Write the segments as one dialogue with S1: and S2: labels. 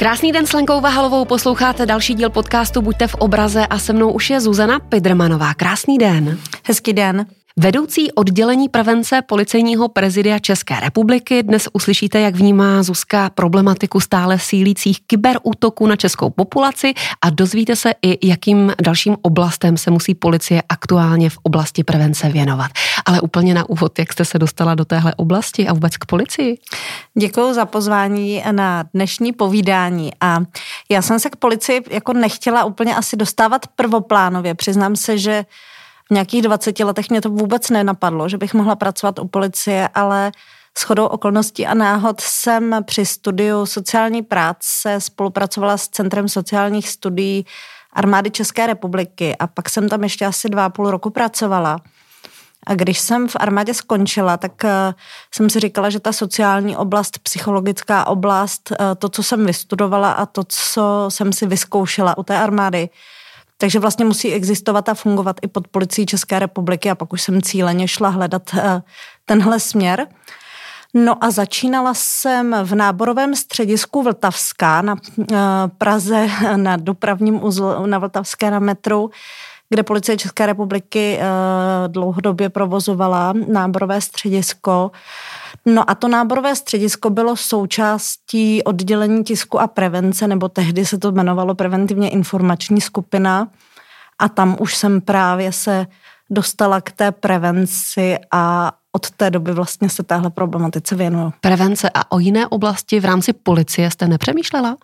S1: Krásný den s Lenkou Vahalovou, posloucháte další díl podcastu Buďte v obraze a se mnou už je Zuzana Pidrmanová. Krásný den.
S2: Hezký den.
S1: Vedoucí oddělení prevence Policejního prezidia České republiky. Dnes uslyšíte, jak vnímá Zuzka problematiku stále sílících kyberútoků na českou populaci a dozvíte se i, jakým dalším oblastem se musí policie aktuálně v oblasti prevence věnovat. Ale úplně na úvod, jak jste se dostala do téhle oblasti a vůbec k policii?
S2: Děkuji za pozvání na dnešní povídání. A já jsem se k policii jako nechtěla úplně asi dostávat prvoplánově. Přiznám se, že v nějakých 20 letech mě to vůbec nenapadlo, že bych mohla pracovat u policie, ale shodou okolností a náhod jsem při studiu sociální práce spolupracovala s Centrem sociálních studií Armády České republiky a pak jsem tam ještě asi 2,5 roku pracovala. A když jsem v armádě skončila, tak jsem si říkala, že ta sociální oblast, psychologická oblast, to, co jsem vystudovala a to, co jsem si vyzkoušela u té armády, takže vlastně musí existovat a fungovat i pod policií České republiky a pak už jsem cíleně šla hledat tenhle směr. No a začínala jsem v náborovém středisku Vltavská na Praze, na dopravním uzlu na Vltavské na metru, kde policie České republiky dlouhodobě provozovala náborové středisko. No a to náborové středisko bylo součástí oddělení tisku a prevence, nebo tehdy se to jmenovalo preventivně informační skupina a tam už jsem právě se dostala k té prevenci a od té doby vlastně se téhle problematice věnuju.
S1: Prevence a o jiné oblasti v rámci policie jste nepřemýšlela?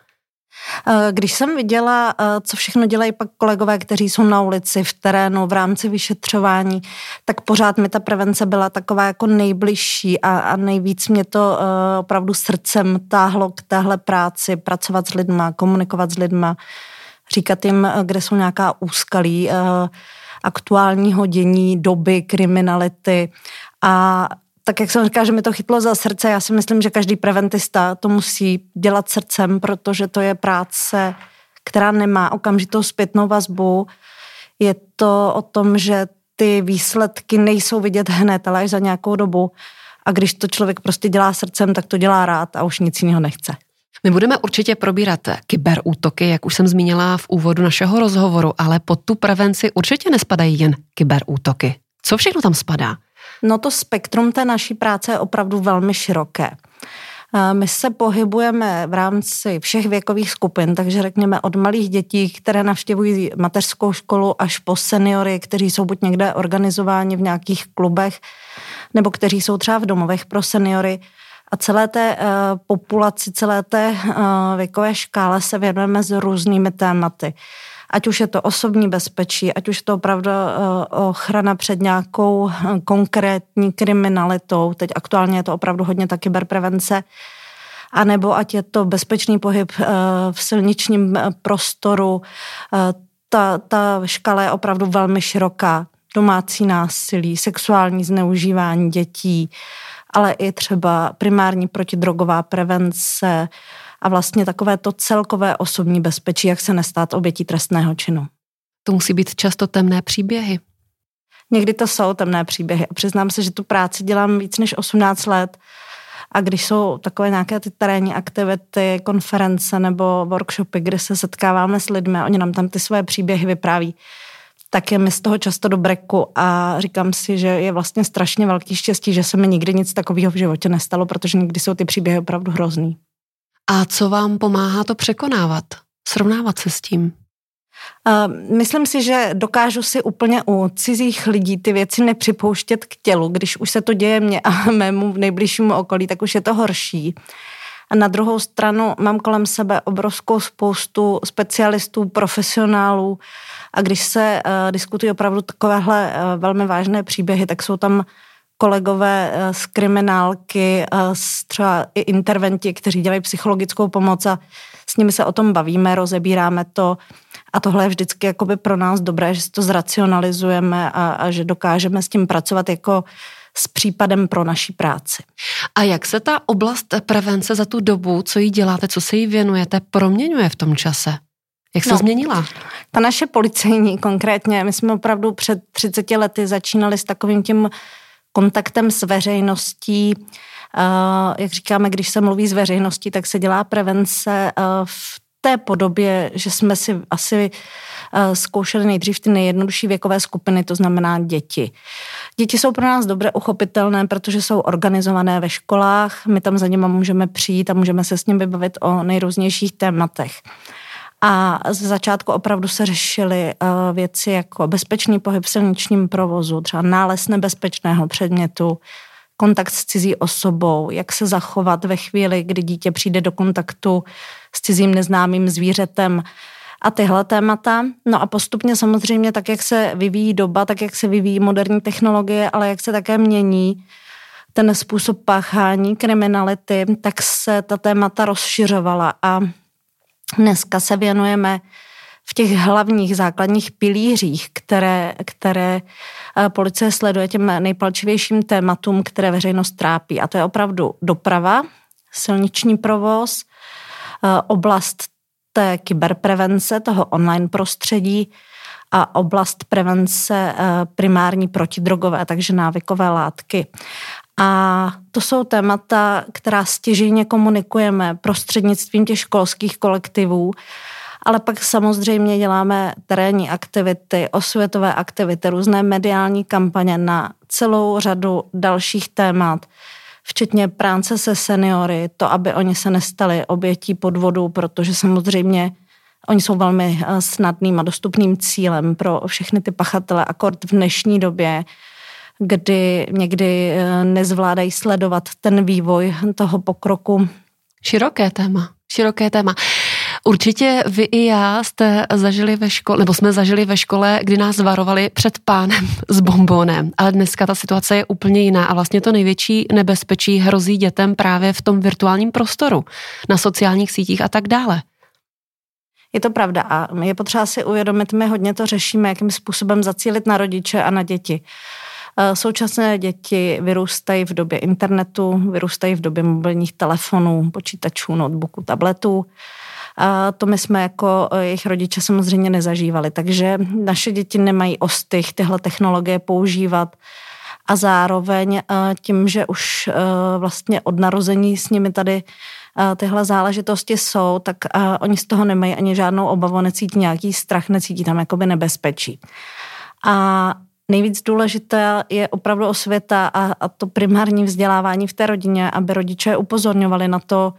S2: Když jsem viděla, co všechno dělají pak kolegové, kteří jsou na ulici, v terénu, v rámci vyšetřování, tak pořád mi ta prevence byla taková jako nejbližší a nejvíc mě to opravdu srdcem táhlo k téhle práci, pracovat s lidma, komunikovat s lidma, říkat jim, kde jsou nějaká úskalí aktuálního dění, doby, kriminality a tak jak jsem říkala, že mi to chytlo za srdce, já si myslím, že každý preventista to musí dělat srdcem, protože to je práce, která nemá okamžitou zpětnou vazbu. Je to o tom, že ty výsledky nejsou vidět hned, ale až za nějakou dobu. A když to člověk prostě dělá srdcem, tak to dělá rád a už nic jiného nechce.
S1: My budeme určitě probírat kyberútoky, jak už jsem zmínila v úvodu našeho rozhovoru, ale pod tu prevenci určitě nespadají jen kyberútoky. Co všechno tam spadá?
S2: No to spektrum té naší práce je opravdu velmi široké. My se pohybujeme v rámci všech věkových skupin, takže řekněme od malých dětí, které navštěvují mateřskou školu, až po seniory, kteří jsou buď někde organizováni v nějakých klubech, nebo kteří jsou třeba v domovech pro seniory. A celé té populaci, celé té věkové škále se věnujeme s různými tématy. Ať už je to osobní bezpečí, ať už je to opravdu ochrana před nějakou konkrétní kriminalitou, teď aktuálně je to opravdu hodně ta kyberprevence, anebo ať je to bezpečný pohyb v silničním prostoru. Ta škala je opravdu velmi široká. Domácí násilí, sexuální zneužívání dětí, ale i třeba primární protidrogová prevence, a vlastně takové to celkové osobní bezpečí, jak se nestát obětí trestného činu.
S1: To musí být často temné příběhy.
S2: Někdy to jsou temné příběhy a přiznám se, že tu práci dělám víc než 18 let a když jsou takové nějaké ty terénní aktivity, konference nebo workshopy, kde se setkáváme s lidmi a oni nám tam ty své příběhy vypráví, tak je mi z toho často do breku a říkám si, že je vlastně strašně velký štěstí, že se mi nikdy nic takového v životě nestalo, protože někdy jsou ty příběhy opravdu hrozný.
S1: A co vám pomáhá to překonávat? Srovnávat se s tím?
S2: Myslím si, že dokážu si úplně u cizích lidí ty věci nepřipouštět k tělu. Když už se to děje mně a mému nejbližšímu okolí, tak už je to horší. A na druhou stranu mám kolem sebe obrovskou spoustu specialistů, profesionálů a když se diskutují opravdu takovéhle velmi vážné příběhy, tak jsou tam kolegové z kriminálky, třeba i interventi, kteří dělají psychologickou pomoc a s nimi se o tom bavíme, rozebíráme to a tohle je vždycky jakoby pro nás dobré, že si to zracionalizujeme a že dokážeme s tím pracovat jako s případem pro naší práci.
S1: A jak se ta oblast prevence za tu dobu, co jí děláte, co se jí věnujete, proměňuje v tom čase? Jak se změnila?
S2: Ta naše policejní konkrétně, my jsme opravdu před 30 lety začínali s takovým tím kontaktem s veřejností Jak říkáme, když se mluví s veřejností, tak se dělá prevence v té podobě, že jsme si asi zkoušeli nejdřív ty nejjednodušší věkové skupiny, to znamená děti. Děti jsou pro nás dobře uchopitelné, protože jsou organizované ve školách, my tam za nimi můžeme přijít a můžeme se s nimi bavit o nejrůznějších tématech. A z začátku opravdu se řešily věci jako bezpečný pohyb v silničním provozu, třeba nález nebezpečného předmětu, kontakt s cizí osobou, jak se zachovat ve chvíli, kdy dítě přijde do kontaktu s cizím neznámým zvířetem a tyhle témata. No a postupně samozřejmě tak, jak se vyvíjí doba, tak, jak se vyvíjí moderní technologie, ale jak se také mění ten způsob páchání kriminality, tak se ta témata rozšiřovala a dneska se věnujeme v těch hlavních základních pilířích, které policie sleduje, těm nejpalčivějším tématům, které veřejnost trápí. A to je opravdu doprava, silniční provoz, oblast té kyberprevence, toho online prostředí a oblast prevence primární protidrogové, takže návykové látky. A to jsou témata, která stěžejně komunikujeme prostřednictvím těch školských kolektivů, ale pak samozřejmě děláme terénní aktivity, osvětové aktivity, různé mediální kampaně na celou řadu dalších témat, včetně práce se seniory, to, aby oni se nestali obětí podvodu, protože samozřejmě oni jsou velmi snadným a dostupným cílem pro všechny ty pachatele, akord v dnešní době, kdy někdy nezvládají sledovat ten vývoj toho pokroku.
S1: Široké téma. Určitě vy i já jste zažili ve škole, nebo jsme zažili ve škole, kdy nás varovali před pánem s bonbonem, ale dneska ta situace je úplně jiná a vlastně to největší nebezpečí hrozí dětem právě v tom virtuálním prostoru, na sociálních sítích a tak dále.
S2: Je to pravda a je potřeba si uvědomit, my hodně to řešíme, jakým způsobem zacílit na rodiče a na děti. Současné děti vyrůstají v době internetu, vyrůstají v době mobilních telefonů, počítačů, notebooků, tabletů. A to my jsme jako jejich rodiče samozřejmě nezažívali, takže naše děti nemají ostych tyhle technologie používat a zároveň tím, že už vlastně od narození s nimi tady tyhle záležitosti jsou, tak oni z toho nemají ani žádnou obavu, necítí nějaký strach, necítí tam jakoby nebezpečí. A nejvíc důležité je opravdu osvěta a to primární vzdělávání v té rodině, aby rodiče upozorňovali na to,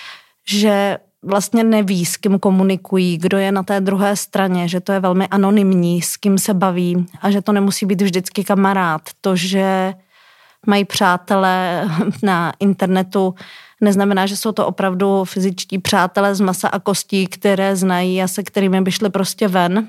S2: že vlastně neví, s kým komunikují, kdo je na té druhé straně, že to je velmi anonymní, s kým se baví a že to nemusí být vždycky kamarád. To, že mají přátelé na internetu, neznamená, že jsou to opravdu fyzičtí přátelé z masa a kostí, které znají a se kterými by šli prostě ven.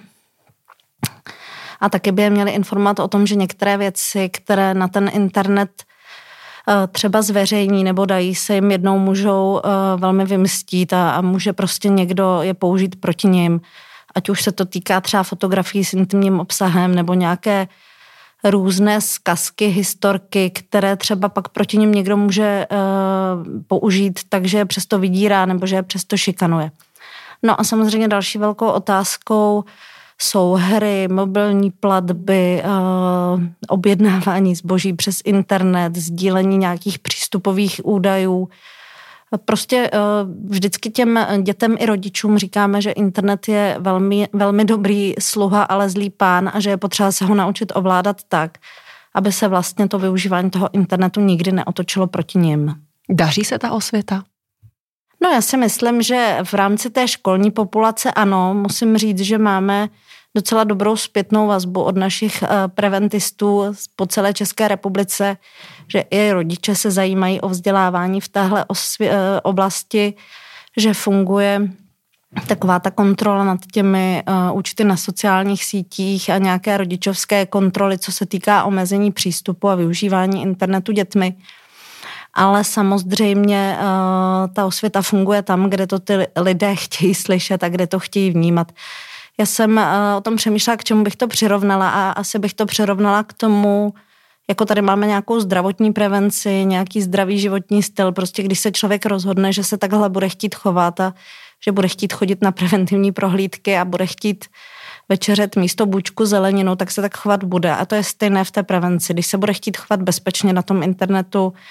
S2: A taky by je měli informovat o tom, že některé věci, které na ten internet třeba zveřejní nebo dají se jim jednou můžou velmi vymstít a může prostě někdo je použít proti nim. Ať už se to týká třeba fotografií s intimním obsahem nebo nějaké různé zkazky, historky, které třeba pak proti nim někdo může použít, takže je přesto vydírá nebo že je přesto šikanuje. No a samozřejmě další velkou otázkou jsou hry, mobilní platby, objednávání zboží přes internet, sdílení nějakých přístupových údajů. Prostě vždycky těm dětem i rodičům říkáme, že internet je velmi, velmi dobrý sluha, ale zlý pán a že je potřeba se ho naučit ovládat tak, aby se vlastně to využívání toho internetu nikdy neotočilo proti nim.
S1: Daří se ta osvěta?
S2: No já si myslím, že v rámci té školní populace ano, musím říct, že máme docela dobrou zpětnou vazbu od našich preventistů po celé České republice, že i rodiče se zajímají o vzdělávání v téhle oblasti, že funguje taková ta kontrola nad těmi účty na sociálních sítích a nějaké rodičovské kontroly, co se týká omezení přístupu a využívání internetu dětmi. Ale samozřejmě ta osvěta funguje tam, kde to ty lidé chtějí slyšet a kde to chtějí vnímat. Já jsem o tom přemýšlela, k čemu bych to přirovnala a asi bych to přirovnala k tomu, jako tady máme nějakou zdravotní prevenci, nějaký zdravý životní styl, prostě když se člověk rozhodne, že se takhle bude chtít chovat a že bude chtít chodit na preventivní prohlídky a bude chtít večeřet místo bučku zeleninu, tak se tak chovat bude. A to je stejné v té prevenci. Když se bude chtít chovat bezpečně na tom internetu,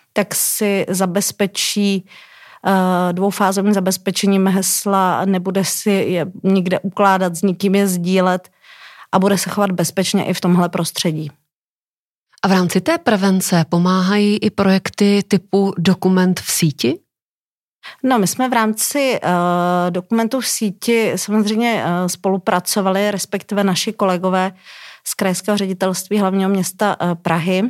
S2: tak si zabezpečí dvoufázovým zabezpečením hesla, nebude si je nikde ukládat, s nikým je sdílet a bude se chovat bezpečně i v tomhle prostředí.
S1: A v rámci té prevence pomáhají i projekty typu Dokument v síti?
S2: No, my jsme v rámci dokumentů v síti samozřejmě spolupracovali, respektive naši kolegové z Krajského ředitelství hlavního města Prahy.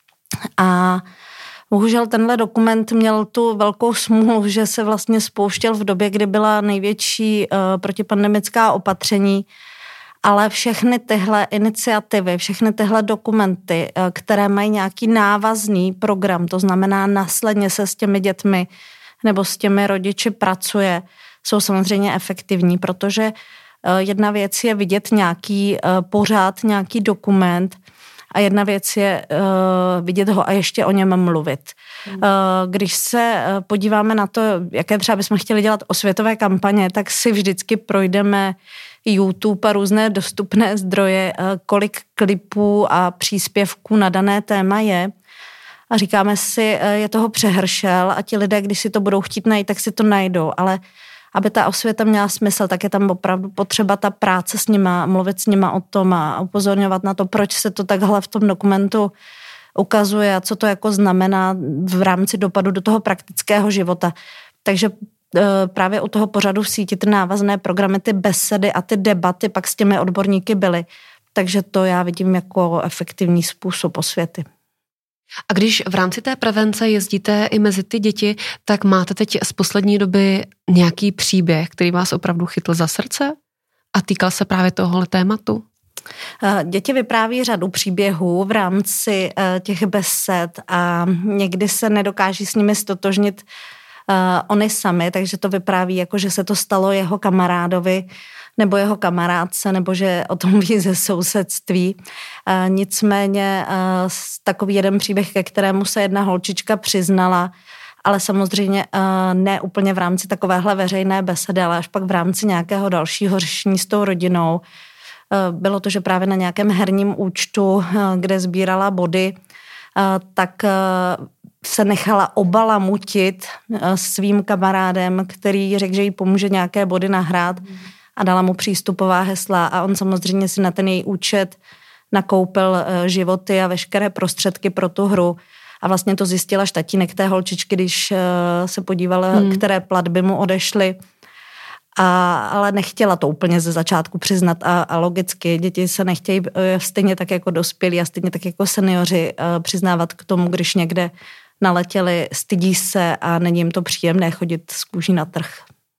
S2: A bohužel tenhle dokument měl tu velkou smůlu, že se vlastně spouštěl v době, kdy byla největší protipandemická opatření, ale všechny tyhle iniciativy, všechny tyhle dokumenty, které mají nějaký návazný program, to znamená následně se s těmi dětmi nebo s těmi rodiči pracuje, jsou samozřejmě efektivní, protože jedna věc je vidět nějaký pořad, nějaký dokument a jedna věc je vidět ho a ještě o něm mluvit. Když se podíváme na to, jaké třeba bychom chtěli dělat osvětové kampaně, tak si vždycky projdeme YouTube a různé dostupné zdroje, kolik klipů a příspěvků na dané téma je. A říkáme si, je toho přehršel a ti lidé, když si to budou chtít najít, tak si to najdou. Ale aby ta osvěta měla smysl, tak je tam opravdu potřeba ta práce s nima, mluvit s nima o tom a upozorňovat na to, proč se to takhle v tom dokumentu ukazuje a co to jako znamená v rámci dopadu do toho praktického života. Takže právě u toho pořadu v síti ty návazné programy, ty besedy a ty debaty pak s těmi odborníky byly. Takže to já vidím jako efektivní způsob osvěty.
S1: A když v rámci té prevence jezdíte i mezi ty děti, tak máte teď z poslední doby nějaký příběh, který vás opravdu chytl za srdce a týkal se právě tohohle tématu?
S2: Děti vypráví řadu příběhů v rámci těch besed a někdy se nedokáží s nimi stotožnit oni sami, takže to vypráví jako, že se to stalo jeho kamarádovi nebo jeho kamarádce, nebo že o tom ví ze sousedství. Nicméně takový jeden příběh, ke kterému se jedna holčička přiznala, ale samozřejmě ne úplně v rámci takovéhle veřejné besedy, ale až pak v rámci nějakého dalšího řešení s tou rodinou. Bylo to, že právě na nějakém herním účtu, kde sbírala body, tak se nechala obalamutit svým kamarádem, který řekl, že jí pomůže nějaké body nahrát a dala mu přístupová hesla a on samozřejmě si na ten její účet nakoupil životy a veškeré prostředky pro tu hru. A vlastně to zjistila až tatínek té holčičky, když se podívala, které platby mu odešly. Ale nechtěla to úplně ze začátku přiznat a logicky děti se nechtějí stejně tak jako dospělí a stejně tak jako seniori přiznávat k tomu, když někde naletěli, stydí se a není jim to příjemné chodit z kůží na trh.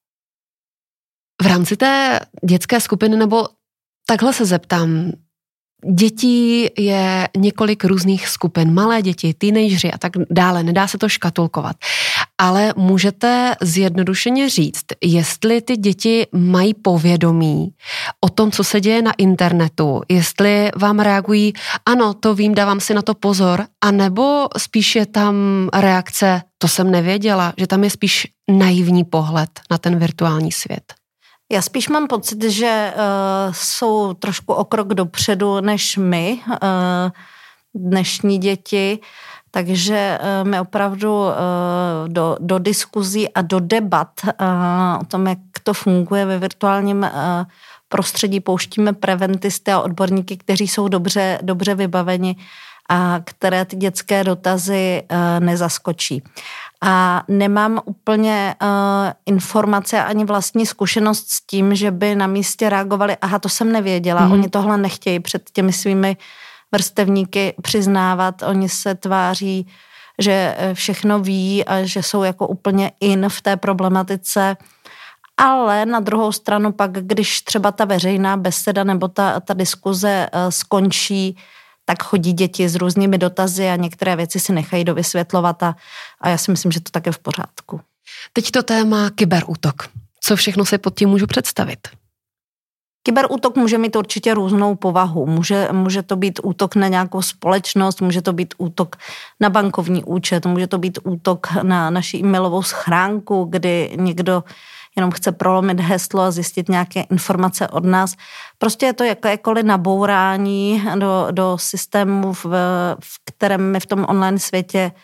S1: V rámci té dětské skupiny, nebo takhle se zeptám, dětí je několik různých skupin, malé děti, teenageři a tak dále, nedá se to škatulkovat. Ale můžete zjednodušeně říct, jestli ty děti mají povědomí o tom, co se děje na internetu, jestli vám reagují, ano, to vím, dávám si na to pozor, anebo spíš je tam reakce, to jsem nevěděla, že tam je spíš naivní pohled na ten virtuální svět.
S2: Já spíš mám pocit, že jsou trošku o krok dopředu než my, dnešní děti, takže my opravdu do diskuzí a do debat o tom, jak to funguje ve virtuálním prostředí, pouštíme preventisty a odborníky, kteří jsou dobře vybaveni a které ty dětské dotazy nezaskočí. A nemám úplně informace ani vlastní zkušenost s tím, že by na místě reagovali, aha, to jsem nevěděla, oni tohle nechtějí před těmi svými vrstevníky přiznávat, oni se tváří, že všechno ví a že jsou jako úplně in v té problematice, ale na druhou stranu pak, když třeba ta veřejná beseda nebo ta diskuze skončí, tak chodí děti s různými dotazy a některé věci si nechají dovysvětlovat a já si myslím, že to tak je v pořádku.
S1: Teď to téma kyberútok. Co všechno si pod tím můžu představit?
S2: Kyberútok může mít určitě různou povahu. Může to být útok na nějakou společnost, může to být útok na bankovní účet, může to být útok na naši e-mailovou schránku, kdy někdo jenom chce prolomit heslo a zjistit nějaké informace od nás. Prostě je to jakékoliv nabourání do systému, v kterém my v tom online světě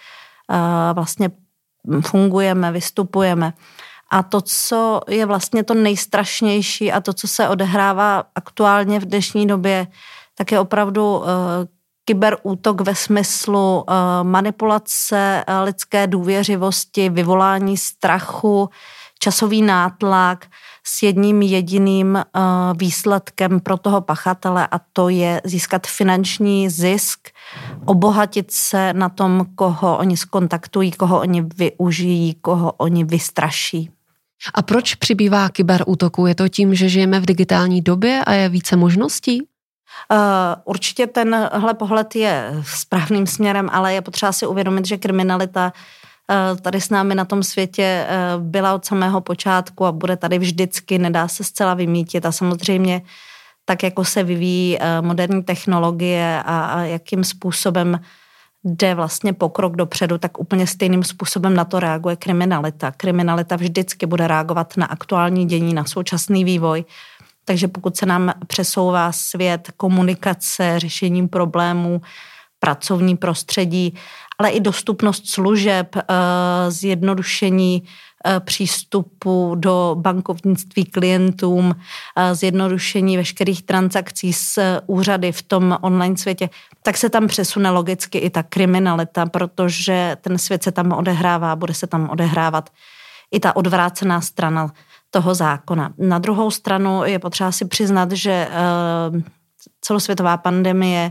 S2: vlastně fungujeme, vystupujeme. A to, co je vlastně to nejstrašnější a to, co se odehrává aktuálně v dnešní době, tak je opravdu kyberútok ve smyslu manipulace lidské důvěřivosti, vyvolání strachu, časový nátlak s jedním jediným výsledkem pro toho pachatele, a to je získat finanční zisk, obohatit se na tom, koho oni skontaktují, koho oni využijí, koho oni vystraší.
S1: A proč přibývá kyberútoků? Je to tím, že žijeme v digitální době a je více možností?
S2: Určitě tenhle pohled je správným směrem, ale je potřeba si uvědomit, že kriminalita tady s námi na tom světě byla od samého počátku a bude tady vždycky, nedá se zcela vymýtit. A samozřejmě tak, jako se vyvíjí moderní technologie a jakým způsobem jde vlastně pokrok dopředu, tak úplně stejným způsobem na to reaguje kriminalita. Kriminalita vždycky bude reagovat na aktuální dění, na současný vývoj. Takže pokud se nám přesouvá svět, komunikace, řešením problémů, pracovní prostředí, ale i dostupnost služeb, zjednodušení přístupu do bankovnictví klientům, zjednodušení veškerých transakcí s úřady v tom online světě, tak se tam přesune logicky i ta kriminalita, protože ten svět se tam odehrává, bude se tam odehrávat i ta odvrácená strana toho zákona. Na druhou stranu je potřeba si přiznat, že celosvětová pandemie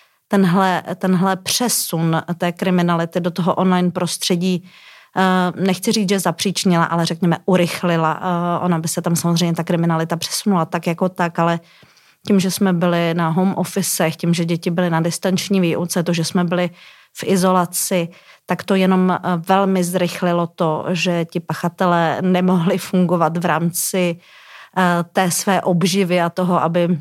S2: tenhle přesun té kriminality do toho online prostředí, nechci říct, že zapříčinila, ale řekněme urychlila. Ona by se tam samozřejmě ta kriminalita přesunula tak jako tak, ale tím, že jsme byli na home officech, tím, že děti byly na distanční výuce, to, že jsme byli v izolaci, tak to jenom velmi zrychlilo to, že ti pachatelé nemohli fungovat v rámci té své obživy a toho, aby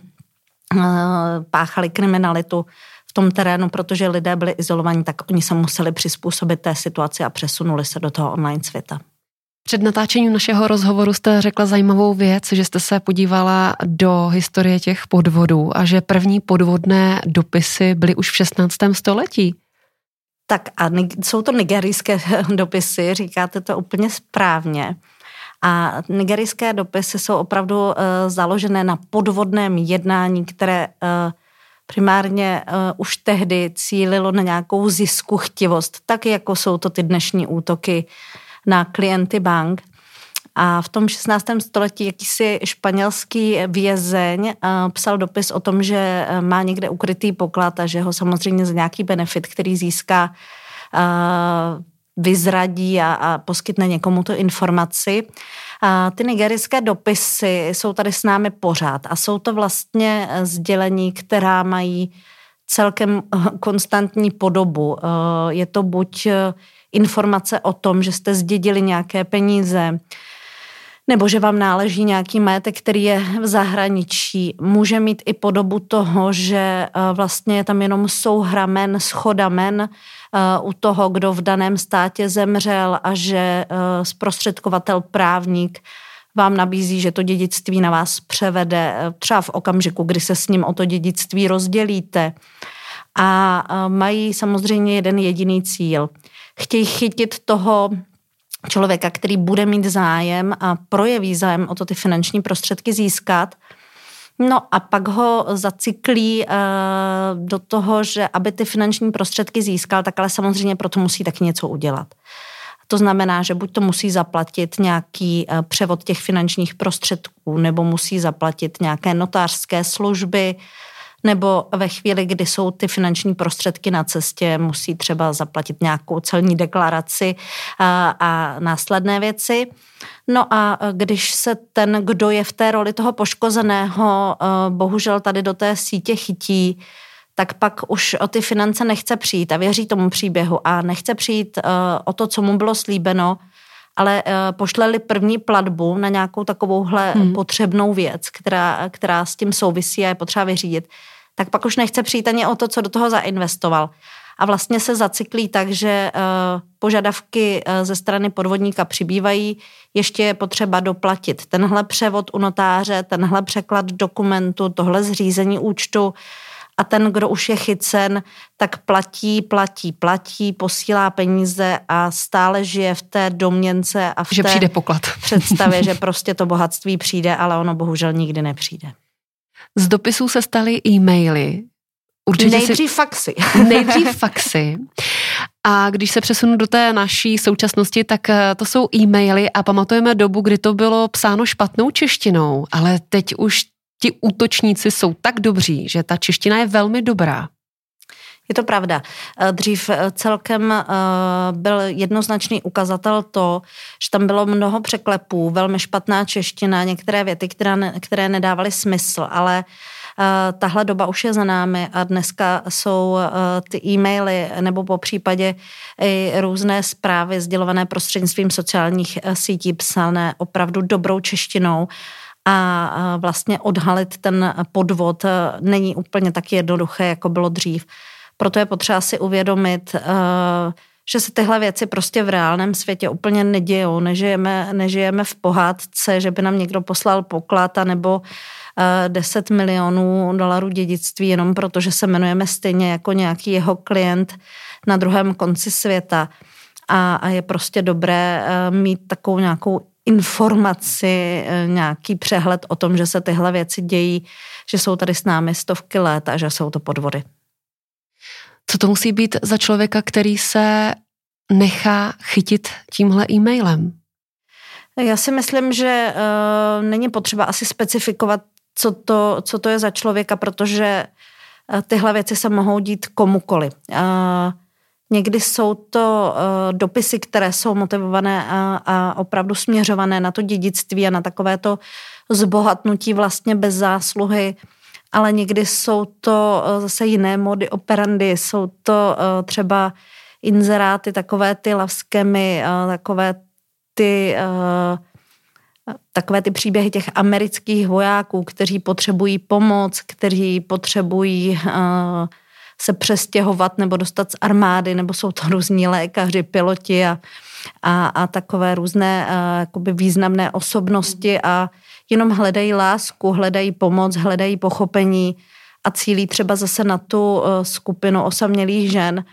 S2: páchali kriminalitu v tom terénu, protože lidé byli izolovaní, tak oni se museli přizpůsobit té situaci a přesunuli se do toho online světa.
S1: Před natáčením našeho rozhovoru jste řekla zajímavou věc, že jste se podívala do historie těch podvodů a že první podvodné dopisy byly už v 16. století.
S2: Tak a jsou to nigerijské dopisy, říkáte to úplně správně. A nigerijské dopisy jsou opravdu založené na podvodném jednání, které primárně už tehdy cílilo na nějakou ziskuchtivost, tak jako jsou to ty dnešní útoky na klienty bank. A v tom 16. století jakýsi španělský vězeň psal dopis o tom, že má někde ukrytý poklad a že ho samozřejmě za nějaký benefit, který získá, vyzradí a poskytne někomu tu informaci. Ty nigerijské dopisy jsou tady s námi pořád a jsou to vlastně sdělení, která mají celkem konstantní podobu. Je to buď informace o tom, že jste zdědili nějaké peníze, nebo že vám náleží nějaký majetek, který je v zahraničí. Může mít i podobu toho, že vlastně je tam jenom souhra men, shoda men u toho, kdo v daném státě zemřel a že zprostředkovatel právník vám nabízí, že to dědictví na vás převede třeba v okamžiku, kdy se s ním o to dědictví rozdělíte. A mají samozřejmě jeden jediný cíl. Chtějí chytit toho člověka, který bude mít zájem a projeví zájem o to ty finanční prostředky získat. No a pak ho zacyklí do toho, že aby ty finanční prostředky získal, tak ale samozřejmě proto musí taky něco udělat. To znamená, že buď to musí zaplatit nějaký převod těch finančních prostředků, nebo musí zaplatit nějaké notářské služby, nebo ve chvíli, kdy jsou ty finanční prostředky na cestě, musí třeba zaplatit nějakou celní deklaraci a následné věci. No a když se ten, kdo je v té roli toho poškozeného, bohužel tady do té sítě chytí, tak pak už o ty finance nechce přijít a věří tomu příběhu a nechce přijít o to, co mu bylo slíbeno, ale pošleli první platbu na nějakou takovouhle potřebnou věc, která s tím souvisí a je potřeba vyřídit, tak pak už nechce přijít ani o to, co do toho zainvestoval. A vlastně se zacyklí tak, že požadavky ze strany podvodníka přibývají, ještě je potřeba doplatit tenhle převod u notáře, tenhle překlad dokumentu, tohle zřízení účtu a ten, kdo už je chycen, tak platí, posílá peníze a stále žije v té domněnce a v
S1: že
S2: té
S1: přijde poklad.
S2: představě, že prostě to bohatství přijde, ale ono bohužel nikdy nepřijde.
S1: Z dopisů se staly e-maily.
S2: Nejdřív faxy.
S1: Nejdřív faxy. A když se přesunu do té naší současnosti, tak to jsou e-maily a pamatujeme dobu, kdy to bylo psáno špatnou češtinou, ale teď už ti útočníci jsou tak dobří, že ta čeština je velmi dobrá.
S2: Je to pravda. Dřív celkem byl jednoznačný ukazatel to, že tam bylo mnoho překlepů, velmi špatná čeština, některé věty, které nedávaly smysl, ale tahle doba už je za námi a dneska jsou ty e-maily nebo po případě i různé zprávy sdělované prostřednictvím sociálních sítí psané opravdu dobrou češtinou a vlastně odhalit ten podvod není úplně tak jednoduché, jako bylo dřív. Proto je potřeba si uvědomit, že se tyhle věci prostě v reálném světě úplně nedějou. Nežijeme v pohádce, že by nám někdo poslal poklad nebo 10 milionů dolarů dědictví jenom proto, že se jmenujeme stejně jako nějaký jeho klient na druhém konci světa. A je prostě dobré mít takovou nějakou informaci, nějaký přehled o tom, že se tyhle věci dějí, že jsou tady s námi stovky let a že jsou to podvody.
S1: Co to musí být za člověka, který se nechá chytit tímhle e-mailem?
S2: Já si myslím, že není potřeba asi specifikovat, co to je za člověka, protože tyhle věci se mohou dít komukoli. Někdy jsou to dopisy, které jsou motivované a opravdu směřované na to dědictví a na takové to zbohatnutí vlastně bez zásluhy, ale někdy jsou to zase jiné mody operandy, jsou to třeba inzeráty, takové ty love scamy, takové ty příběhy těch amerických vojáků, kteří potřebují pomoc, kteří potřebují se přestěhovat nebo dostat z armády, nebo jsou to různí lékaři, piloti a takové různé jakoby významné osobnosti a jenom hledají lásku, hledají pomoc, hledají pochopení a cílí třeba zase na tu skupinu osamělých žen.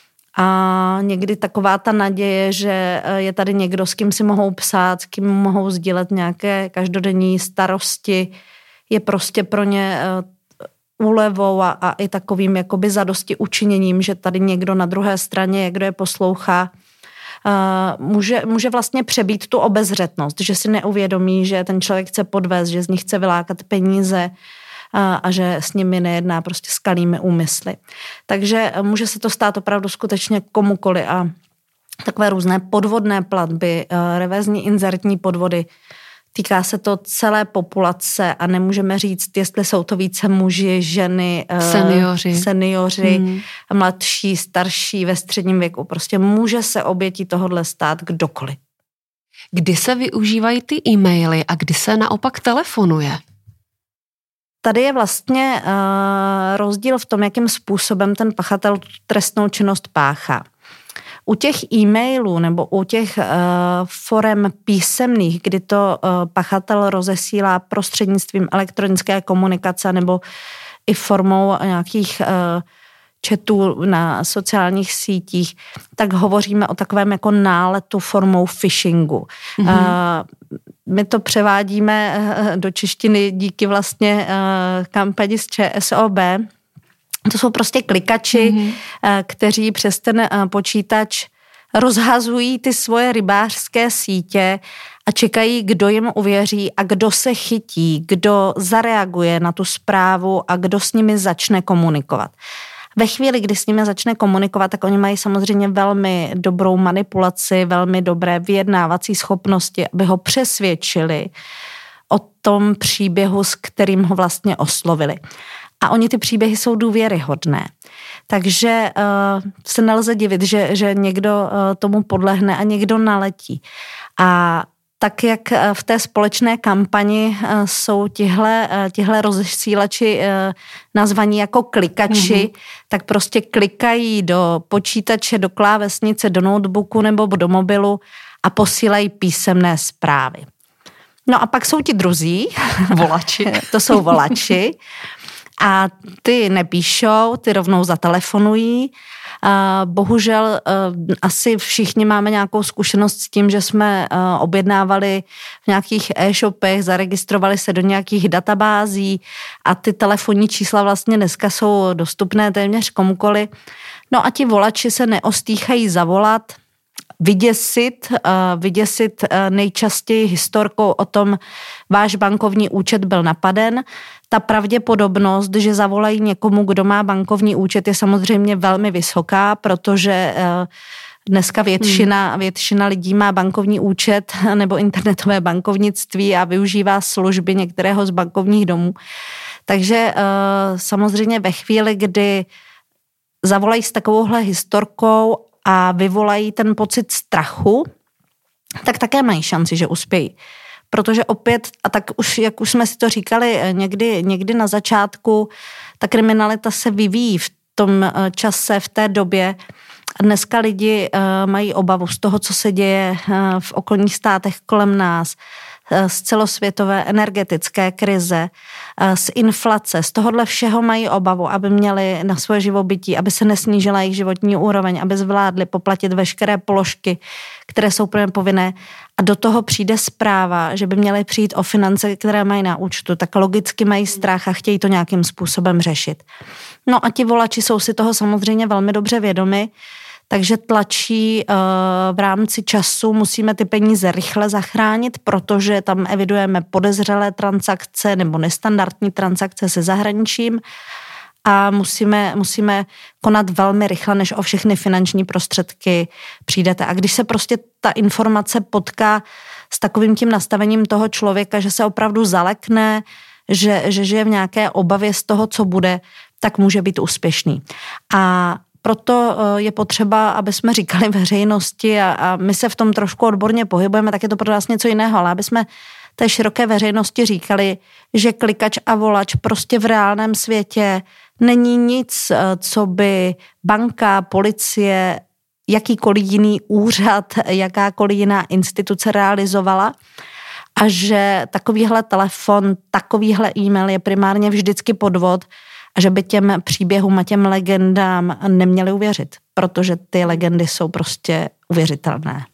S2: A někdy taková ta naděje, že je tady někdo, s kým si mohou psát, s kým mohou sdílet nějaké každodenní starosti, je prostě pro ně úlevou a i takovým jakoby zadosti učiněním, že tady někdo na druhé straně, kdo je poslouchá, může vlastně přebít tu obezřetnost, že si neuvědomí, že ten člověk chce podvést, že z nich chce vylákat peníze a že s nimi nejedná prostě s kalými úmysly. Takže může se to stát opravdu skutečně komukoli a takové různé podvodné platby, reverzní inzertní podvody, týká se to celé populace a nemůžeme říct, jestli jsou to více muži, ženy, seniori, mladší, starší, ve středním věku. Prostě může se obětí tohodle stát kdokoliv.
S1: Kdy se využívají ty e-maily a kdy se naopak telefonuje?
S2: Tady je vlastně rozdíl v tom, jakým způsobem ten pachatel trestnou činnost páchá. U těch e-mailů nebo u těch forem písemných, kdy to pachatel rozesílá prostřednictvím elektronické komunikace nebo i formou nějakých chatů na sociálních sítích, tak hovoříme o takovém jako náletu formou phishingu. My to převádíme do češtiny díky vlastně kampani z ČSOB. To jsou prostě klikači, kteří přes ten počítač rozhazují ty svoje rybářské sítě a čekají, kdo jim uvěří a kdo se chytí, kdo zareaguje na tu zprávu a kdo s nimi začne komunikovat. Ve chvíli, kdy s nimi začne komunikovat, tak oni mají samozřejmě velmi dobrou manipulaci, velmi dobré vyjednávací schopnosti, aby ho přesvědčili o tom příběhu, s kterým ho vlastně oslovili. A oni ty příběhy jsou důvěryhodné. Takže se nelze divit, že někdo tomu podlehne a někdo naletí. A tak, jak v té společné kampani jsou tihle rozesílači nazvaní jako klikači, tak prostě klikají do počítače, do klávesnice, do notebooku nebo do mobilu a posílají písemné zprávy. No a pak jsou ti druzí.
S1: Volači.
S2: To jsou volači. A ty nepíšou, ty rovnou zatelefonují. Bohužel asi všichni máme nějakou zkušenost s tím, že jsme objednávali v nějakých e-shopech, zaregistrovali se do nějakých databází a ty telefonní čísla vlastně dneska jsou dostupné téměř komukoli. No a ti volači se neostýchají zavolat, vyděsit nejčastěji historkou o tom, váš bankovní účet byl napaden. Ta pravděpodobnost, že zavolají někomu, kdo má bankovní účet, je samozřejmě velmi vysoká, protože dneska většina lidí má bankovní účet nebo internetové bankovnictví a využívá služby některého z bankovních domů. Takže samozřejmě ve chvíli, kdy zavolají s takovouhle historkou a vyvolají ten pocit strachu, tak také mají šanci, že uspějí. Protože opět, a tak už, jak už jsme si to říkali někdy na začátku, ta kriminalita se vyvíjí v tom čase, v té době. A dneska lidi mají obavu z toho, co se děje v okolních státech kolem nás, z celosvětové energetické krize, z inflace, z tohohle všeho mají obavu, aby měli na svoje živobytí, aby se nesnížila jejich životní úroveň, aby zvládli poplatit veškeré položky, které jsou pro ně povinné. A do toho přijde zpráva, že by měli přijít o finance, které mají na účtu, tak logicky mají strach a chtějí to nějakým způsobem řešit. No a ti volači jsou si toho samozřejmě velmi dobře vědomi, takže tlačí v rámci času, musíme ty peníze rychle zachránit, protože tam evidujeme podezřelé transakce nebo nestandardní transakce se zahraničím a musíme konat velmi rychle, než o všechny finanční prostředky přijdete. A když se prostě ta informace potká s takovým tím nastavením toho člověka, že se opravdu zalekne, že žije v nějaké obavě z toho, co bude, tak může být úspěšný. A proto je potřeba, aby jsme říkali veřejnosti a my se v tom trošku odborně pohybujeme, tak je to pro nás něco jiného, ale aby jsme té široké veřejnosti říkali, že klikač a volač prostě v reálném světě není nic, co by banka, policie, jakýkoliv jiný úřad, jakákoliv jiná instituce realizovala a že takovýhle telefon, takovýhle e-mail je primárně vždycky podvod a že by těm příběhům a těm legendám neměli uvěřit, protože ty legendy jsou prostě uvěřitelné.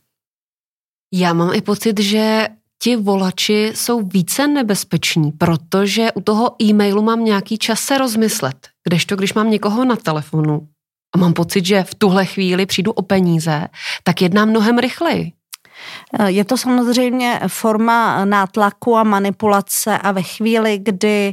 S1: Já mám i pocit, že ti volači jsou více nebezpeční, protože u toho e-mailu mám nějaký čas se rozmyslet, kdežto když mám někoho na telefonu a mám pocit, že v tuhle chvíli přijdu o peníze, tak jednám mnohem rychleji.
S2: Je to samozřejmě forma nátlaku a manipulace a ve chvíli, kdy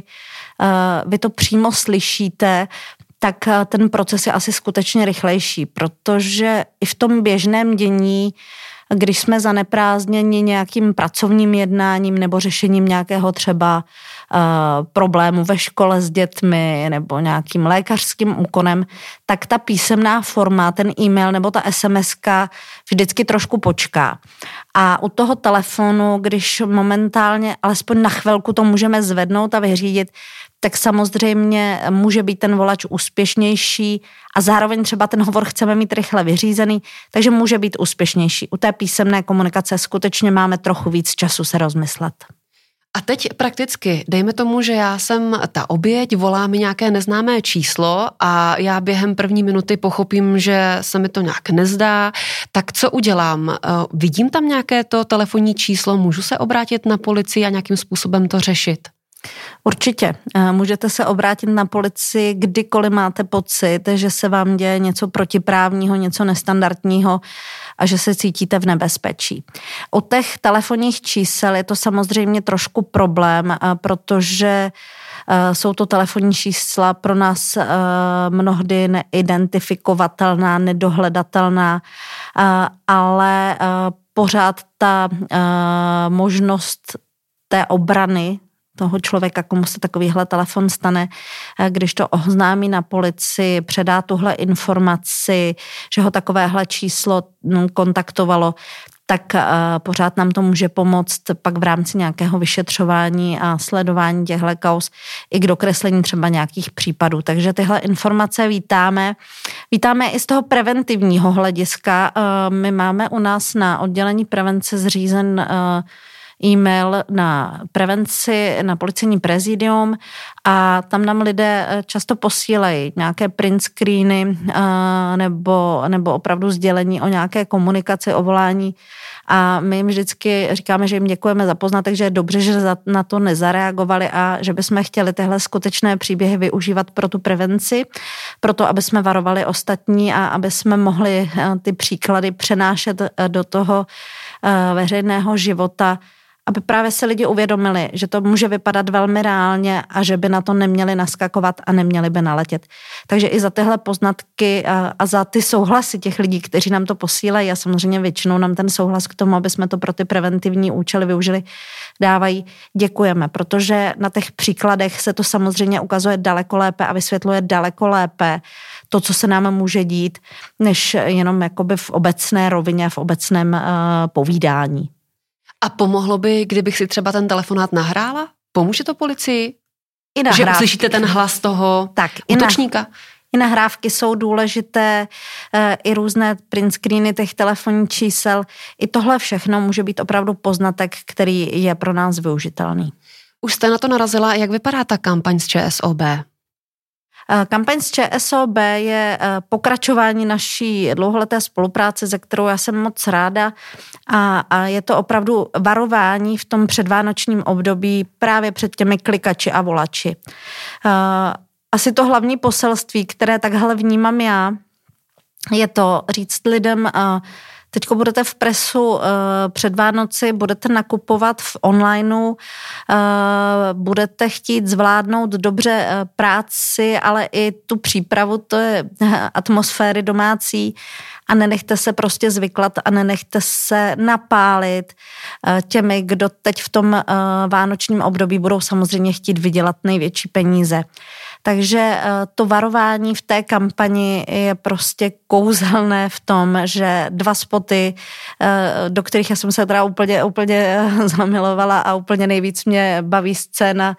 S2: vy to přímo slyšíte, tak ten proces je asi skutečně rychlejší, protože i v tom běžném dění, když jsme zaneprázdněni nějakým pracovním jednáním nebo řešením nějakého třeba problému ve škole s dětmi nebo nějakým lékařským úkonem, tak ta písemná forma, ten e-mail nebo ta SMS-ka vždycky trošku počká. A u toho telefonu, když momentálně alespoň na chvilku to můžeme zvednout a vyřídit, tak samozřejmě může být ten volač úspěšnější a zároveň třeba ten hovor chceme mít rychle vyřízený, takže může být úspěšnější. U té písemné komunikace skutečně máme trochu víc času se rozmyslet.
S1: A teď prakticky, dejme tomu, že já jsem ta oběť, volá mi nějaké neznámé číslo a já během první minuty pochopím, že se mi to nějak nezdá, tak co udělám? Vidím tam nějaké to telefonní číslo, můžu se obrátit na policii a nějakým způsobem to řešit?
S2: Určitě. Můžete se obrátit na policii, kdykoliv máte pocit, že se vám děje něco protiprávního, něco nestandardního a že se cítíte v nebezpečí. U těch telefonních čísel je to samozřejmě trošku problém, protože jsou to telefonní čísla pro nás mnohdy neidentifikovatelná, nedohledatelná, ale pořád ta možnost té obrany toho člověka, komu se takovýhle telefon stane, když to oznámí na policii, předá tuhle informaci, že ho takovéhle číslo kontaktovalo, tak pořád nám to může pomoct pak v rámci nějakého vyšetřování a sledování těchto kauz i k dokreslení třeba nějakých případů. Takže tyhle informace vítáme. Vítáme i z toho preventivního hlediska. My máme u nás na oddělení prevence zřízen e-mail na prevenci, na policejní prezidium a tam nám lidé často posílají nějaké print screeny nebo opravdu sdělení o nějaké komunikaci, o volání a my jim vždycky říkáme, že jim děkujeme za poznatek, že je dobře, že na to nezareagovali a že bychom chtěli tyhle skutečné příběhy využívat pro tu prevenci, proto aby jsme varovali ostatní a aby jsme mohli ty příklady přenášet do toho veřejného života, aby právě se lidi uvědomili, že to může vypadat velmi reálně a že by na to neměli naskakovat a neměli by naletět. Takže i za tyhle poznatky a za ty souhlasy těch lidí, kteří nám to posílají a samozřejmě většinou nám ten souhlas k tomu, aby jsme to pro ty preventivní účely využili, dávají, děkujeme, protože na těch příkladech se to samozřejmě ukazuje daleko lépe a vysvětluje daleko lépe to, co se nám může dít, než jenom jakoby v obecné rovině, v obecném povídání.
S1: A pomohlo by, kdybych si třeba ten telefonát nahrála? Pomůže to policii?
S2: I nahrávky.
S1: Že uslyšíte ten hlas toho útočníka?
S2: I nahrávky jsou důležité, i různé print screeny těch telefonních čísel. I tohle všechno může být opravdu poznatek, který je pro nás využitelný.
S1: Už jste na to narazila, jak vypadá ta kampaň z ČSOB?
S2: Kampaň z ČSOB je pokračování naší dlouholeté spolupráce, ze kterou já jsem moc ráda a je to opravdu varování v tom předvánočním období právě před těmi klikači a volači. Asi to hlavní poselství, které takhle vnímám já, je to říct lidem, teďko budete v presu před Vánoci, budete nakupovat v onlineu, budete chtít zvládnout dobře práci, ale i tu přípravu, to je atmosféry domácí a nenechte se prostě zvyklat a nenechte se napálit těmi, kdo teď v tom vánočním období budou samozřejmě chtít vydělat největší peníze. Takže to varování v té kampani je prostě kouzelné v tom, že 2 spoty, do kterých já jsem se teda úplně zamilovala a úplně nejvíc mě baví scéna,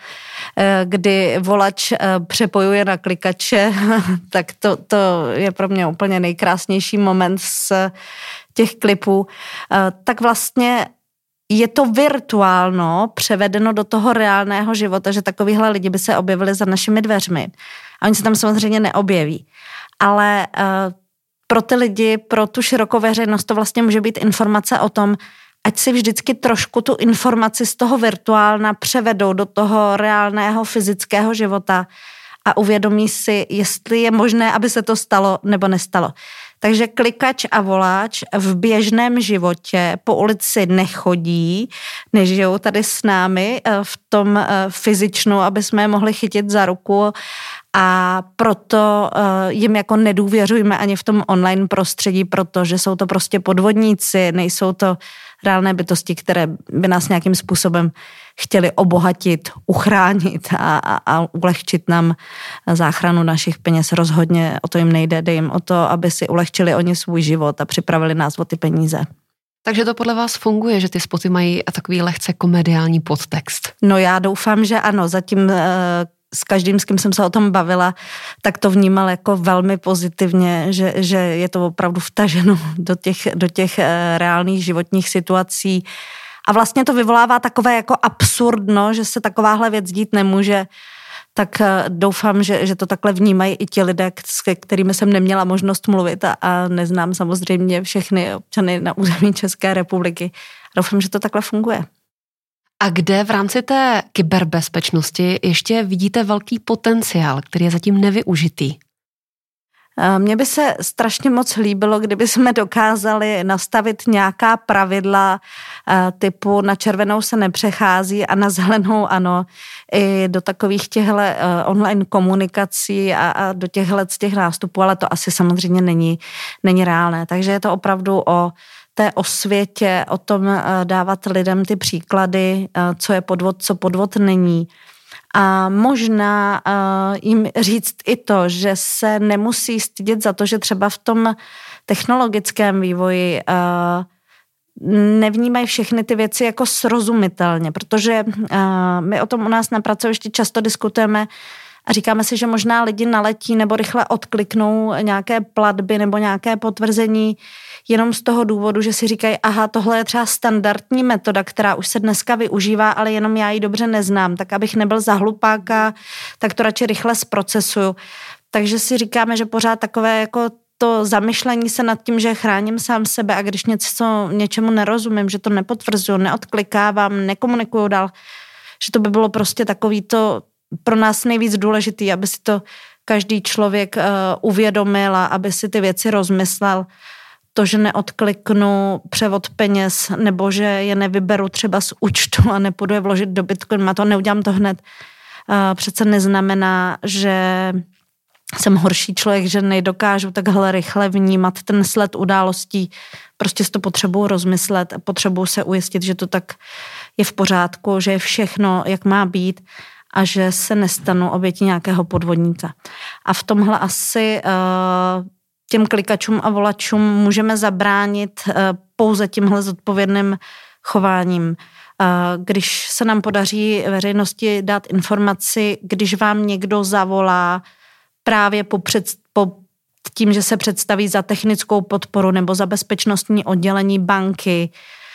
S2: kdy volač přepojuje na klikače, tak to je pro mě úplně nejkrásnější moment z těch klipů. Tak vlastně je to virtuálno převedeno do toho reálného života, že takovýhle lidi by se objevili za našimi dveřmi. A oni se tam samozřejmě neobjeví. Ale pro ty lidi, pro tu širokou veřejnost to vlastně může být informace o tom, ať si vždycky trošku tu informaci z toho virtuálna převedou do toho reálného fyzického života a uvědomí si, jestli je možné, aby se to stalo nebo nestalo. Takže klikač a voláč v běžném životě po ulici nechodí, nežijou tady s námi v tom fyzičnu, aby jsme je mohli chytit za ruku a proto jim jako nedůvěřujeme ani v tom online prostředí, protože jsou to prostě podvodníci, nejsou to reálné bytosti, které by nás nějakým způsobem chtěli obohatit, uchránit a ulehčit nám záchranu našich peněz. Rozhodně o to jim nejde, jde jim o to, aby si ulehčili oni svůj život a připravili nás o ty peníze.
S1: Takže to podle vás funguje, že ty spoty mají takový lehce komediální podtext?
S2: No já doufám, že ano. Zatím s každým, s kým jsem se o tom bavila, tak to vnímal jako velmi pozitivně, že je to opravdu vtaženo do těch reálných životních situací. A vlastně to vyvolává takové jako absurdno, že se takováhle věc dít nemůže. Tak doufám, že to takhle vnímají i ti lidé, s kterými jsem neměla možnost mluvit a neznám samozřejmě všechny občany na území České republiky. Doufám, že to takhle funguje.
S1: A kde v rámci té kyberbezpečnosti ještě vidíte velký potenciál, který je zatím nevyužitý?
S2: Mně by se strašně moc líbilo, kdyby jsme dokázali nastavit nějaká pravidla typu na červenou se nepřechází a na zelenou ano, i do takových těchto online komunikací a do těch nástupů, ale to asi samozřejmě není reálné. Takže je to opravdu o té osvětě, o tom dávat lidem ty příklady, co je podvod, co podvod není. A možná jim říct i to, že se nemusí stydět za to, že třeba v tom technologickém vývoji nevnímají všechny ty věci jako srozumitelně, protože my o tom u nás na pracovišti často diskutujeme, A říkáme si, že možná lidi naletí nebo rychle odkliknou nějaké platby nebo nějaké potvrzení jenom z toho důvodu, že si říkají, aha, tohle je třeba standardní metoda, která už se dneska využívá, ale jenom já ji dobře neznám, tak abych nebyl za hlupáka, tak to radši rychle zprocesuju. Takže si říkáme, že pořád takové jako to zamyšlení se nad tím, že chráním sám sebe a když něčemu nerozumím, že to nepotvrzuju, neodklikávám, nekomunikuju dál, že to by bylo prostě takový to pro nás nejvíc důležitý, aby si to každý člověk uvědomil a aby si ty věci rozmyslel. To, že neodkliknu převod peněz nebo že je nevyberu třeba z účtu a nepůjdu je vložit do Bitcoinu, a to neudělám to hned, přece neznamená, že jsem horší člověk, že nedokážu takhle rychle vnímat ten sled událostí. Prostě si to potřebuji rozmyslet a potřebuji se ujistit, že to tak je v pořádku, že je všechno, jak má být a že se nestanu obětí nějakého podvodníka. A v tomhle asi těm klikačům a volačům můžeme zabránit pouze tímhle zodpovědným chováním. Když se nám podaří veřejnosti dát informaci, když vám někdo zavolá právě po tím, že se představí za technickou podporu nebo za bezpečnostní oddělení banky,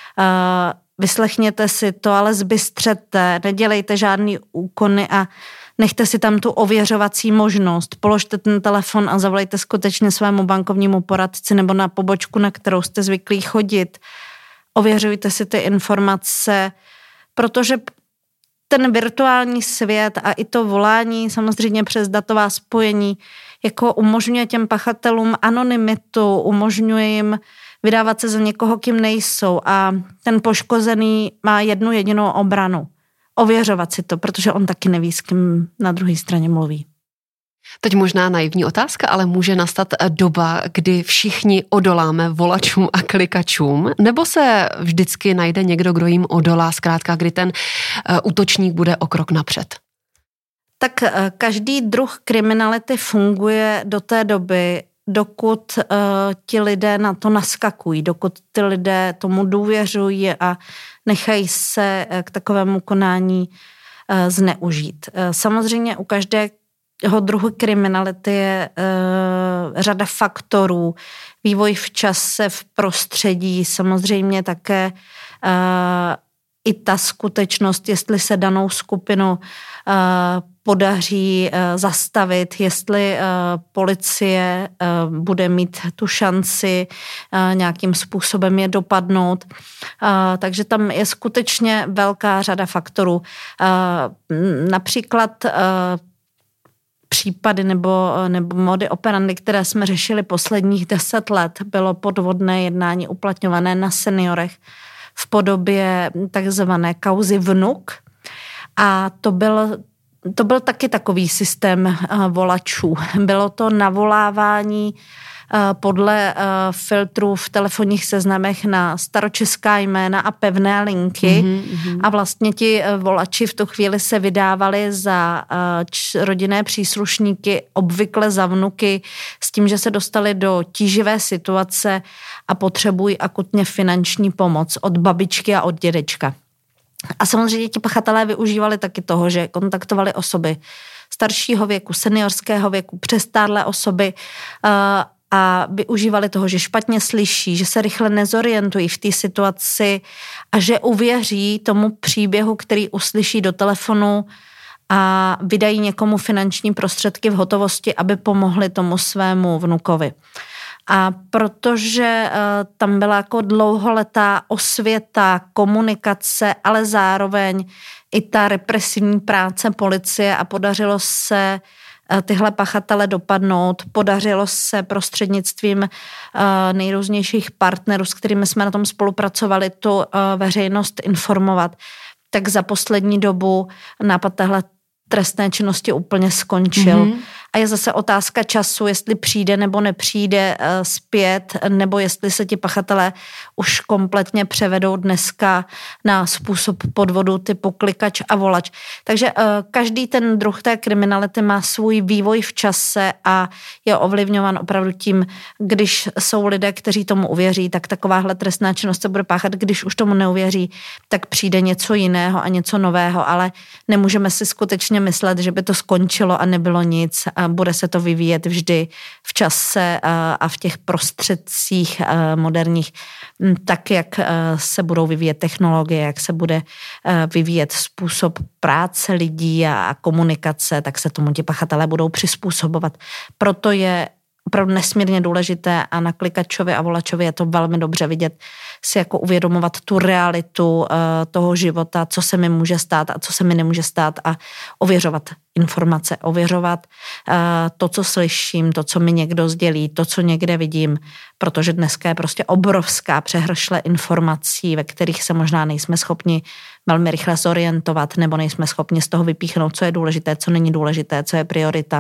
S2: vyslechněte si to, ale zbystřete, nedělejte žádný úkony a nechte si tam tu ověřovací možnost. Položte ten telefon a zavolejte skutečně svému bankovnímu poradci nebo na pobočku, na kterou jste zvyklí chodit. Ověřujte si ty informace, protože ten virtuální svět a i to volání samozřejmě přes datová spojení jako umožňuje těm pachatelům anonymitu, umožňuje jim vydávat se za někoho, kým nejsou a ten poškozený má jednu jedinou obranu. Ověřovat si to, protože on taky neví, s kým na druhé straně mluví.
S1: Teď možná naivní otázka, ale může nastat doba, kdy všichni odoláme volačům a klikačům, nebo se vždycky najde někdo, kdo jim odolá, zkrátka, kdy ten útočník bude o krok napřed?
S2: Tak každý druh kriminality funguje do té doby, dokud ti lidé na to naskakují, dokud ty lidé tomu důvěřují a nechají se k takovému konání zneužít. Samozřejmě u každého druhu kriminality je řada faktorů, vývoj v čase, v prostředí, samozřejmě také i ta skutečnost, jestli se danou skupinu podaří zastavit, jestli policie bude mít tu šanci nějakým způsobem je dopadnout. Takže tam je skutečně velká řada faktorů. Například případy nebo mody operandy, které jsme řešili posledních 10 let, bylo podvodné jednání uplatňované na seniorech v podobě takzvané kauzy Vnuk. A to byl taky takový systém volačů. Bylo to navolávání podle filtrů v telefonních seznamech na staročeská jména a pevné linky a vlastně ti volači v tu chvíli se vydávali za rodinné příslušníky, obvykle za vnuky, s tím, že se dostali do tíživé situace a potřebují akutně finanční pomoc od babičky a od dědečka. A samozřejmě ti pachatelé využívali taky toho, že kontaktovali osoby staršího věku, seniorského věku, přestárlé osoby a využívali toho, že špatně slyší, že se rychle nezorientují v té situaci a že uvěří tomu příběhu, který uslyší do telefonu a vydají někomu finanční prostředky v hotovosti, aby pomohli tomu svému vnukovi. A protože tam byla jako dlouholetá osvěta, komunikace, ale zároveň i ta represivní práce policie a podařilo se tyhle pachatele dopadnout, podařilo se prostřednictvím nejrůznějších partnerů, s kterými jsme na tom spolupracovali, tu veřejnost informovat, tak za poslední dobu nápad téhle trestné činnosti úplně skončil. A je zase otázka času, jestli přijde nebo nepřijde zpět, nebo jestli se ti pachatelé už kompletně převedou dneska na způsob podvodu typu klikač a volač. Takže každý ten druh té kriminality má svůj vývoj v čase a je ovlivňován opravdu tím, když jsou lidé, kteří tomu uvěří, tak takováhle trestná činnost se bude páchat. Když už tomu neuvěří, tak přijde něco jiného a něco nového, ale nemůžeme si skutečně myslet, že by to skončilo a nebylo nic. A bude se to vyvíjet vždy v čase a v těch prostředcích moderních, tak jak se budou vyvíjet technologie, jak se bude vyvíjet způsob práce lidí a komunikace, tak se tomu ti pachatelé budou přizpůsobovat. Proto je opravdu nesmírně důležité a na klikačovi a volačovi je to velmi dobře vidět, si jako uvědomovat tu realitu toho života, co se mi může stát a co se mi nemůže stát a ověřovat informace, ověřovat to, co slyším, to, co mi někdo sdělí, to, co někde vidím, protože dneska je prostě obrovská přehršle informací, ve kterých se možná nejsme schopni velmi rychle zorientovat nebo nejsme schopni z toho vypíchnout, co je důležité, co není důležité, co je priorita.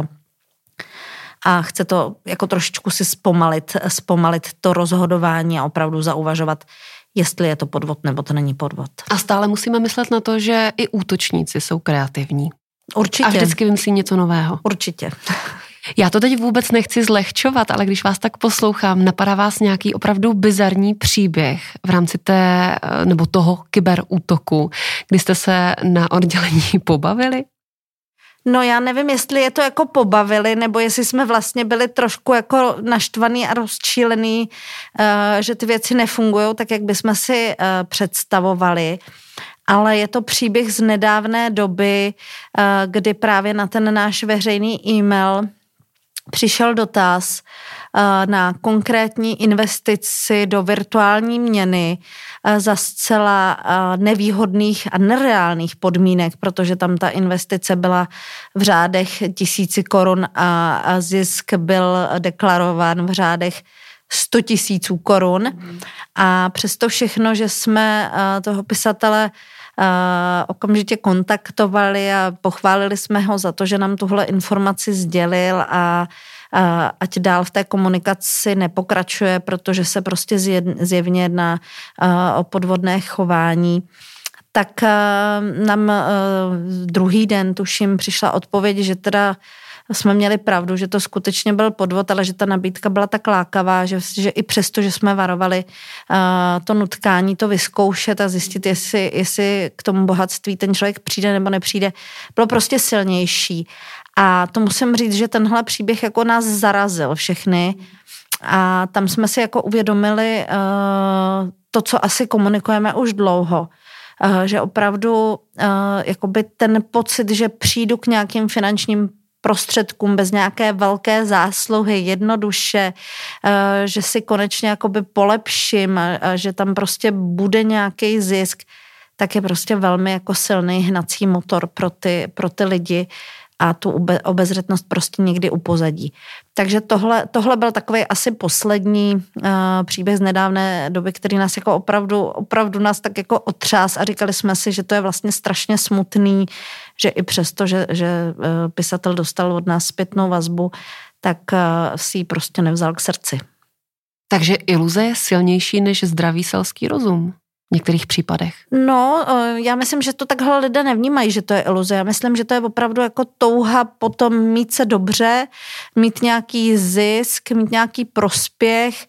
S2: A chce to jako trošičku si zpomalit to rozhodování a opravdu zauvažovat, jestli je to podvod nebo to není podvod.
S1: A stále musíme myslet na to, že i útočníci jsou kreativní.
S2: Určitě.
S1: A vždycky vymyslí něco nového.
S2: Určitě.
S1: Já to teď vůbec nechci zlehčovat, ale když vás tak poslouchám, napadá vás nějaký opravdu bizarní příběh v rámci nebo toho kyberútoku, kdy jste se na oddělení pobavili?
S2: No já nevím, jestli je to jako pobavili, nebo jestli jsme vlastně byli trošku jako naštvaný a rozčílený, že ty věci nefungují tak, jak bychom si představovali. Ale je to příběh z nedávné doby, kdy právě na ten náš veřejný e-mail přišel dotaz na konkrétní investici do virtuální měny za zcela nevýhodných a nereálných podmínek, protože tam ta investice byla v řádech 1000 korun a zisk byl deklarován v řádech 100 000 korun. A přesto všechno, že jsme toho pisatele okamžitě kontaktovali a pochválili jsme ho za to, že nám tuhle informaci sdělil a ať dál v té komunikaci nepokračuje, protože se prostě zjevně jedná o podvodné chování. Tak nám druhý den, tuším, přišla odpověď, že teda jsme měli pravdu, že to skutečně byl podvod, ale že ta nabídka byla tak lákavá, že i přesto, že jsme varovali to nutkání, to vyzkoušet a zjistit, jestli k tomu bohatství ten člověk přijde nebo nepřijde, bylo prostě silnější. A to musím říct, že tenhle příběh jako nás zarazil všechny a tam jsme si jako uvědomili to, co asi komunikujeme už dlouho, že opravdu jakoby ten pocit, že přijdu k nějakým finančním prostředkům bez nějaké velké zásluhy, jednoduše, že si konečně jakoby polepším a že tam prostě bude nějaký zisk, tak je prostě velmi jako silný hnací motor pro ty lidi a tu obezřetnost prostě někdy upozadí. Takže tohle byl takový asi poslední příběh z nedávné doby, který nás jako opravdu nás tak jako otřás a říkali jsme si, že to je vlastně strašně smutný, že i přesto, že pisatel dostal od nás zpětnou vazbu, tak si ji prostě nevzal k srdci.
S1: Takže iluze je silnější než zdravý selský rozum v některých případech.
S2: No, já myslím, že to takhle lidé nevnímají, že to je iluze. Já myslím, že to je opravdu jako touha potom mít se dobře, mít nějaký zisk, mít nějaký prospěch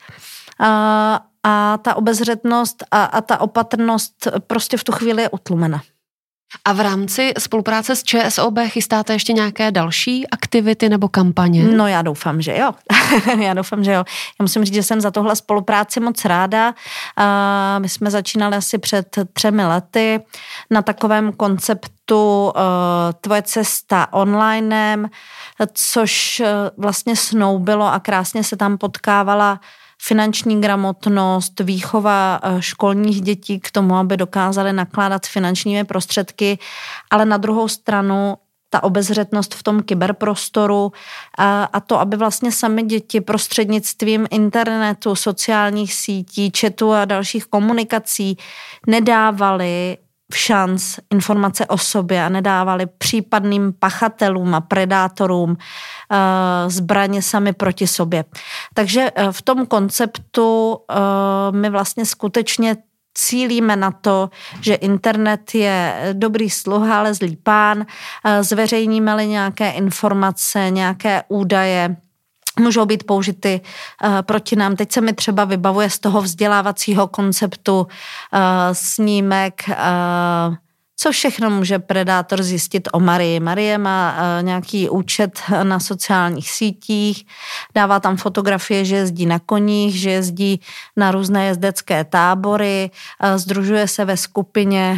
S2: a ta obezřetnost a ta opatrnost prostě v tu chvíli je utlumena.
S1: A v rámci spolupráce s ČSOB chystáte ještě nějaké další aktivity nebo kampaně?
S2: No já doufám, že jo. Já musím říct, že jsem za tohle spolupráci moc ráda. My jsme začínali asi před 3 lety na takovém konceptu Tvoje cesta onlinem, což vlastně snoubilo a krásně se tam potkávala finanční gramotnost, výchova školních dětí k tomu, aby dokázali nakládat s finančními prostředky, ale na druhou stranu ta obezřetnost v tom kyberprostoru a to, aby vlastně sami děti prostřednictvím internetu, sociálních sítí, chatu a dalších komunikací nedávali všanc informace o sobě a nedávali případným pachatelům a predátorům zbraně sami proti sobě. Takže v tom konceptu my vlastně skutečně cílíme na to, že internet je dobrý sluha, ale zlý pán. Zveřejníme-li nějaké informace, nějaké údaje, můžou být použity proti nám. Teď se mi třeba vybavuje z toho vzdělávacího konceptu snímek, co všechno může predátor zjistit o Marii. Marie má nějaký účet na sociálních sítích, dává tam fotografie, že jezdí na koních, že jezdí na různé jezdecké tábory, sdružuje se ve skupině,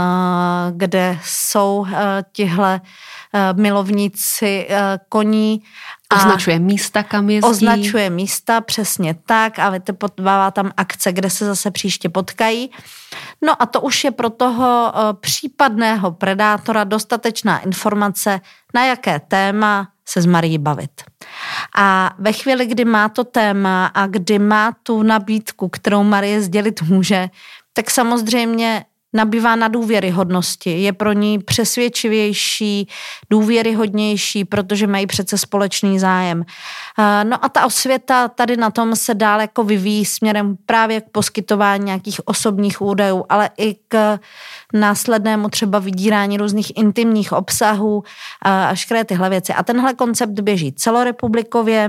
S2: kde jsou tihle milovníci koní.
S1: Označuje místa, kam jezdí.
S2: Označuje místa, přesně tak, a vytipovává tam akce, kde se zase příště potkají. No a to už je pro toho případného predátora dostatečná informace, na jaké téma se s Marií bavit. A ve chvíli, kdy má to téma a kdy má tu nabídku, kterou Marie sdělit může, tak samozřejmě nabývá na důvěryhodnosti. Je pro ní přesvědčivější, důvěryhodnější, protože mají přece společný zájem. No a ta osvěta tady na tom se dál jako vyvíjí směrem právě k poskytování nějakých osobních údajů, ale i k následnému třeba vydírání různých intimních obsahů a všechny tyhle věci. A tenhle koncept běží celorepublikově.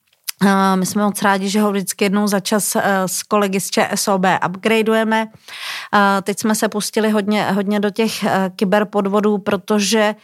S2: My jsme moc rádi, že ho vždycky jednou za čas s kolegy z ČSOB upgradeujeme. Teď jsme se pustili hodně do těch kyberpodvodů, protože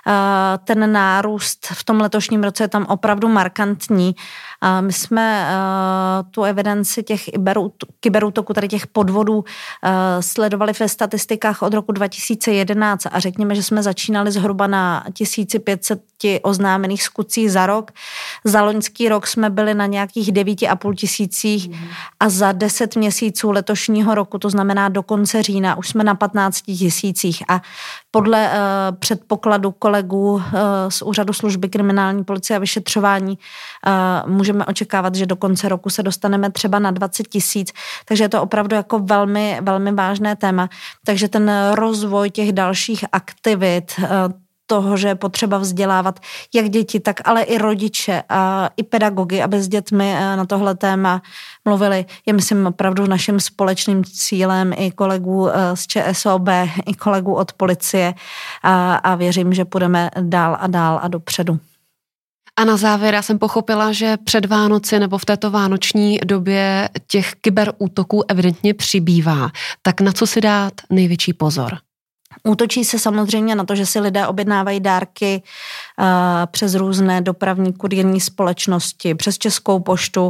S2: ten nárůst v tom letošním roce je tam opravdu markantní. My jsme tu evidenci těch kyberútoků, tady těch podvodů, sledovali ve statistikách od roku 2011 a řekněme, že jsme začínali zhruba na 1500 oznámených skutcích za rok. Za loňský rok jsme byli na nějakých 9,5 tisících a za 10 měsíců letošního roku, to znamená do konce října, už jsme na 15 tisících a podle předpokladu kolegů z Úřadu služby kriminální policie a vyšetřování můžeme očekávat, že do konce roku se dostaneme třeba na 20 tisíc, takže je to opravdu jako velmi, velmi vážné téma. Takže ten rozvoj těch dalších aktivit, toho, že je potřeba vzdělávat jak děti, tak ale i rodiče a i pedagogy, aby s dětmi na tohle téma mluvili, je myslím opravdu naším společným cílem i kolegů z ČSOB, i kolegů od policie a věřím, že půjdeme dál a dopředu.
S1: A na závěr já jsem pochopila, že před Vánoci nebo v této vánoční době těch kyberútoků evidentně přibývá. Tak na co si dát největší pozor?
S2: Útočí se samozřejmě na to, že si lidé objednávají dárky přes různé dopravní kurýrní společnosti, přes Českou poštu,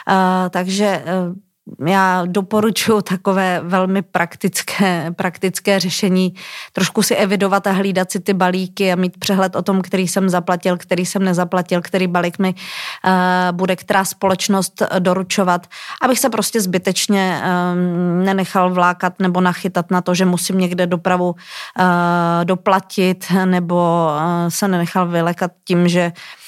S2: takže já doporučuji takové velmi praktické řešení, trošku si evidovat a hlídat si ty balíky a mít přehled o tom, který jsem zaplatil, který jsem nezaplatil, který balík mi bude která společnost doručovat, abych se prostě zbytečně nenechal vlákat nebo nachytat na to, že musím někde dopravu doplatit nebo se nenechal vylekat tím, že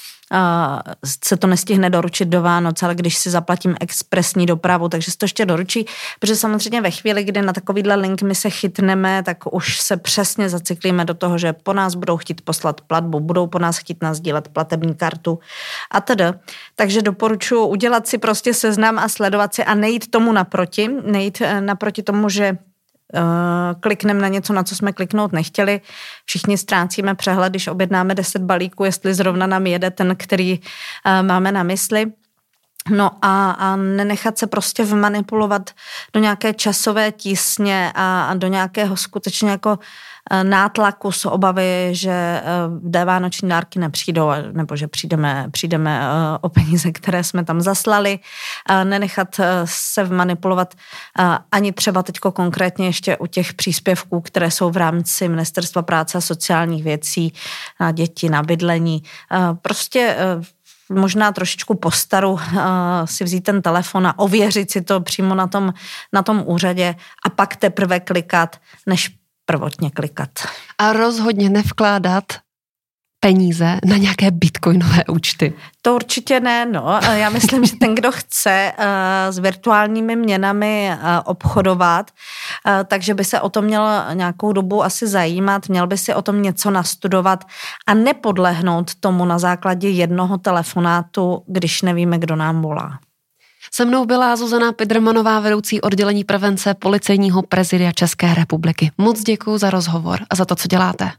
S2: se to nestihne doručit do Vánoc, ale když si zaplatím expresní dopravu, takže se to ještě doručí, protože samozřejmě ve chvíli, kdy na takovýhle link my se chytneme, tak už se přesně zacyklíme do toho, že po nás budou chtít poslat platbu, budou po nás chtít nasdílet platební kartu a tedy. Takže doporučuji udělat si prostě seznam a sledovat si a nejít tomu naproti tomu, že klikneme na něco, na co jsme kliknout nechtěli. Všichni ztrácíme přehled, když objednáme 10 balíků, jestli zrovna nám jede ten, který máme na mysli. No a nenechat se prostě vmanipulovat do nějaké časové tísně a do nějakého skutečně jako nátlaku z obavy, že vánoční dárky nepřijdou, nebo že přijdeme o peníze, které jsme tam zaslali. Nenechat se vmanipulovat ani třeba teďko konkrétně ještě u těch příspěvků, které jsou v rámci Ministerstva práce a sociálních věcí na děti, na bydlení. Prostě možná trošičku postaru si vzít ten telefon a ověřit si to přímo na tom úřadě a pak teprve klikat, než prvotně klikat.
S1: A rozhodně nevkládat peníze na nějaké bitcoinové účty.
S2: To určitě ne, no. Já myslím, že ten, kdo chce s virtuálními měnami obchodovat, takže by se o to měl nějakou dobu asi zajímat, měl by si o tom něco nastudovat a nepodlehnout tomu na základě jednoho telefonátu, když nevíme, kdo nám volá.
S1: Se mnou byla Zuzana Pidrmanová, vedoucí oddělení prevence Policejního prezidia České republiky. Moc děkuju za rozhovor a za to, co děláte.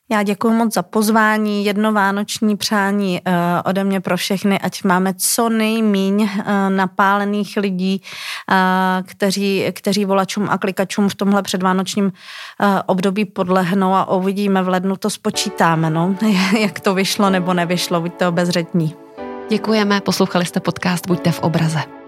S2: Já děkuji moc za pozvání, jedno vánoční přání ode mě pro všechny, ať máme co nejmíň napálených lidí, kteří volačům a klikačům v tomhle předvánočním období podlehnou a uvidíme v lednu, to spočítáme, no, jak to vyšlo nebo nevyšlo, buďte obezřetní.
S1: Děkujeme, poslouchali jste podcast Buďte v obraze.